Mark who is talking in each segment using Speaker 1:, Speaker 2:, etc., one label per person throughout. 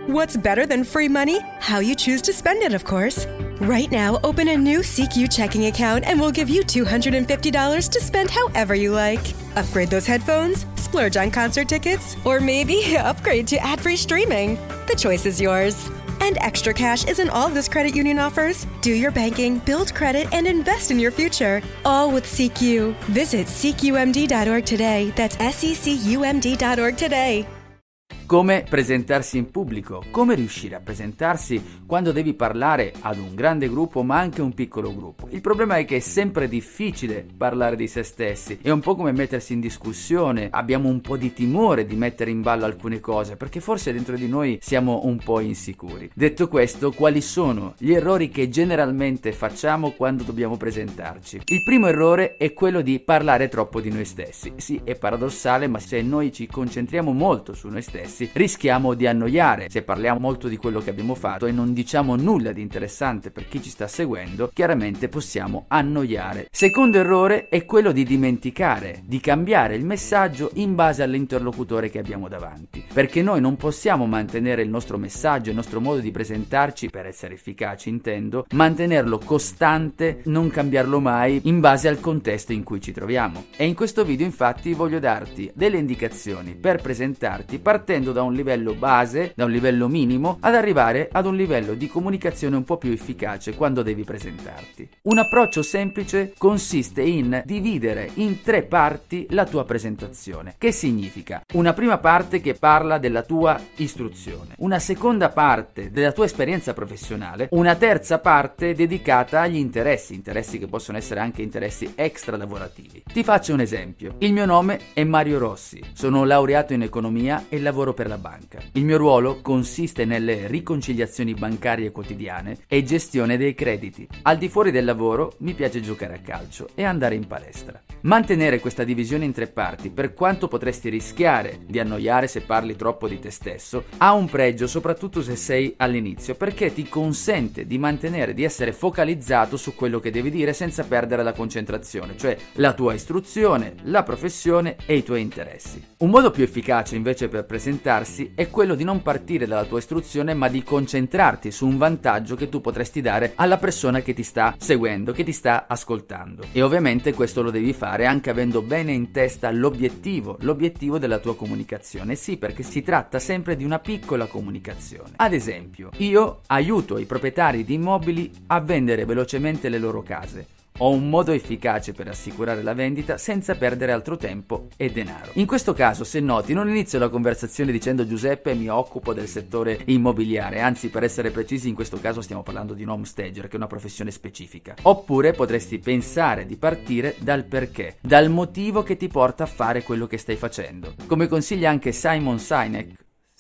Speaker 1: What's better than free money? How you choose to spend it, of course. Right now, open a new CQ checking account and we'll give you $250 to spend however you like. Upgrade those headphones, splurge on concert tickets, or maybe upgrade to ad-free streaming. The choice is yours. And extra cash isn't all this credit union offers. Do your banking, build credit, and invest in your future. All with CQ. Visit CQMD.org today. That's SECUMD.org today.
Speaker 2: Come presentarsi in pubblico, come riuscire a presentarsi quando devi parlare ad un grande gruppo ma anche un piccolo gruppo. Il problema è che è sempre difficile parlare di se stessi, è un po' come mettersi in discussione, abbiamo un po' di timore di mettere in ballo alcune cose perché forse dentro di noi siamo un po' insicuri. Detto questo, quali sono gli errori che generalmente facciamo quando dobbiamo presentarci? Il primo errore è quello di parlare troppo di noi stessi. Sì, è paradossale, ma se noi ci concentriamo molto su noi stessi rischiamo di annoiare. Se parliamo molto di quello che abbiamo fatto e non diciamo nulla di interessante per chi ci sta seguendo, chiaramente possiamo annoiare. Secondo errore è quello di dimenticare, di cambiare il messaggio in base all'interlocutore che abbiamo davanti, perché noi non possiamo mantenere il nostro messaggio, il nostro modo di presentarci, per essere efficaci intendo, mantenerlo costante, non cambiarlo mai in base al contesto in cui ci troviamo. E in questo video infatti voglio darti delle indicazioni per presentarti partendo da un livello base, da un livello minimo, ad arrivare ad un livello di comunicazione un po' più efficace quando devi presentarti. Un approccio semplice consiste in dividere in 3 parti la tua presentazione. Che significa? Una prima parte che parla della tua istruzione, una seconda parte della tua esperienza professionale, una terza parte dedicata agli interessi che possono essere anche interessi extra lavorativi. Ti faccio un esempio. Il mio nome è Mario Rossi, sono laureato in economia e lavoro per la banca. Il mio ruolo consiste nelle riconciliazioni bancarie quotidiane e gestione dei crediti. Al di fuori del lavoro mi piace giocare a calcio e andare in palestra. Mantenere questa divisione in 3 parti, per quanto potresti rischiare di annoiare se parli troppo di te stesso, ha un pregio soprattutto se sei all'inizio, perché ti consente di mantenere, di essere focalizzato su quello che devi dire senza perdere la concentrazione, cioè la tua istruzione, la professione e i tuoi interessi. Un modo più efficace invece per presentarsi è quello di non partire dalla tua istruzione ma di concentrarti su un vantaggio che tu potresti dare alla persona che ti sta seguendo, che ti sta ascoltando. E ovviamente questo lo devi fare anche avendo bene in testa l'obiettivo della tua comunicazione. Sì, perché si tratta sempre di una piccola comunicazione. Ad esempio, io aiuto i proprietari di immobili a vendere velocemente le loro case. Ho un modo efficace per assicurare la vendita senza perdere altro tempo e denaro. In questo caso, se noti, non inizio la conversazione dicendo Giuseppe mi occupo del settore immobiliare, anzi per essere precisi in questo caso stiamo parlando di un home stager, che è una professione specifica. Oppure potresti pensare di partire dal perché, dal motivo che ti porta a fare quello che stai facendo. Come consiglia anche Simon Sinek.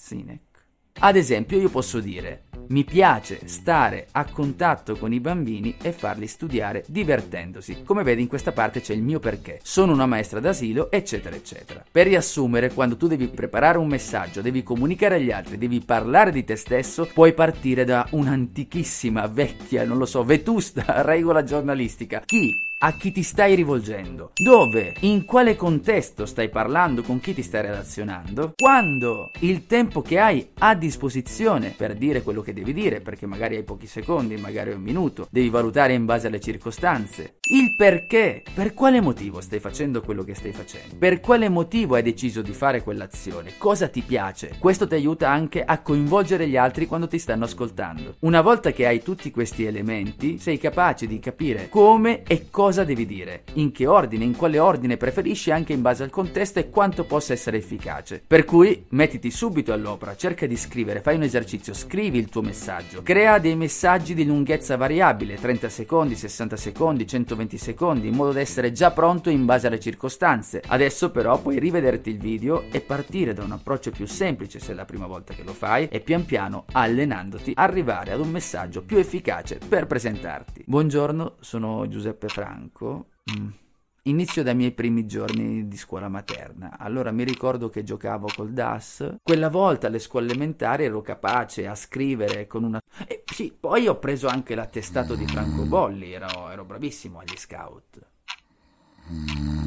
Speaker 2: Ad esempio io posso dire: mi piace stare a contatto con i bambini e farli studiare divertendosi. Come vedi in questa parte c'è il mio perché. Sono una maestra d'asilo, eccetera, eccetera. Per riassumere, quando tu devi preparare un messaggio, devi comunicare agli altri, devi parlare di te stesso, puoi partire da un'antichissima, vecchia, vetusta regola giornalistica. A chi ti stai rivolgendo? Dove? In quale contesto stai parlando? Con chi ti stai relazionando? Quando? Il tempo che hai a disposizione per dire quello che devi dire, perché magari hai pochi secondi, magari 1 minuto, devi valutare in base alle circostanze. Il perché? Per quale motivo stai facendo quello che stai facendo? Per quale motivo hai deciso di fare quell'azione? Cosa ti piace? Questo ti aiuta anche a coinvolgere gli altri quando ti stanno ascoltando. Una volta che hai tutti questi elementi, sei capace di capire come e cosa devi dire, in che ordine, in quale ordine preferisci, anche in base al contesto e quanto possa essere efficace. Per cui mettiti subito all'opera, cerca di scrivere, fai un esercizio, scrivi il tuo messaggio, crea dei messaggi di lunghezza variabile, 30 secondi, 60 secondi, 120 secondi, in modo da essere già pronto in base alle circostanze. Adesso però puoi rivederti il video e partire da un approccio più semplice se è la prima volta che lo fai e pian piano, allenandoti, arrivare ad un messaggio più efficace per presentarti. Buongiorno, sono Giuseppe Franco. Inizio dai miei primi giorni di scuola materna. Allora mi ricordo che giocavo col DAS. Quella volta alle scuole elementari ero capace a scrivere con una... sì, poi ho preso anche l'attestato di francobolli, ero bravissimo agli scout.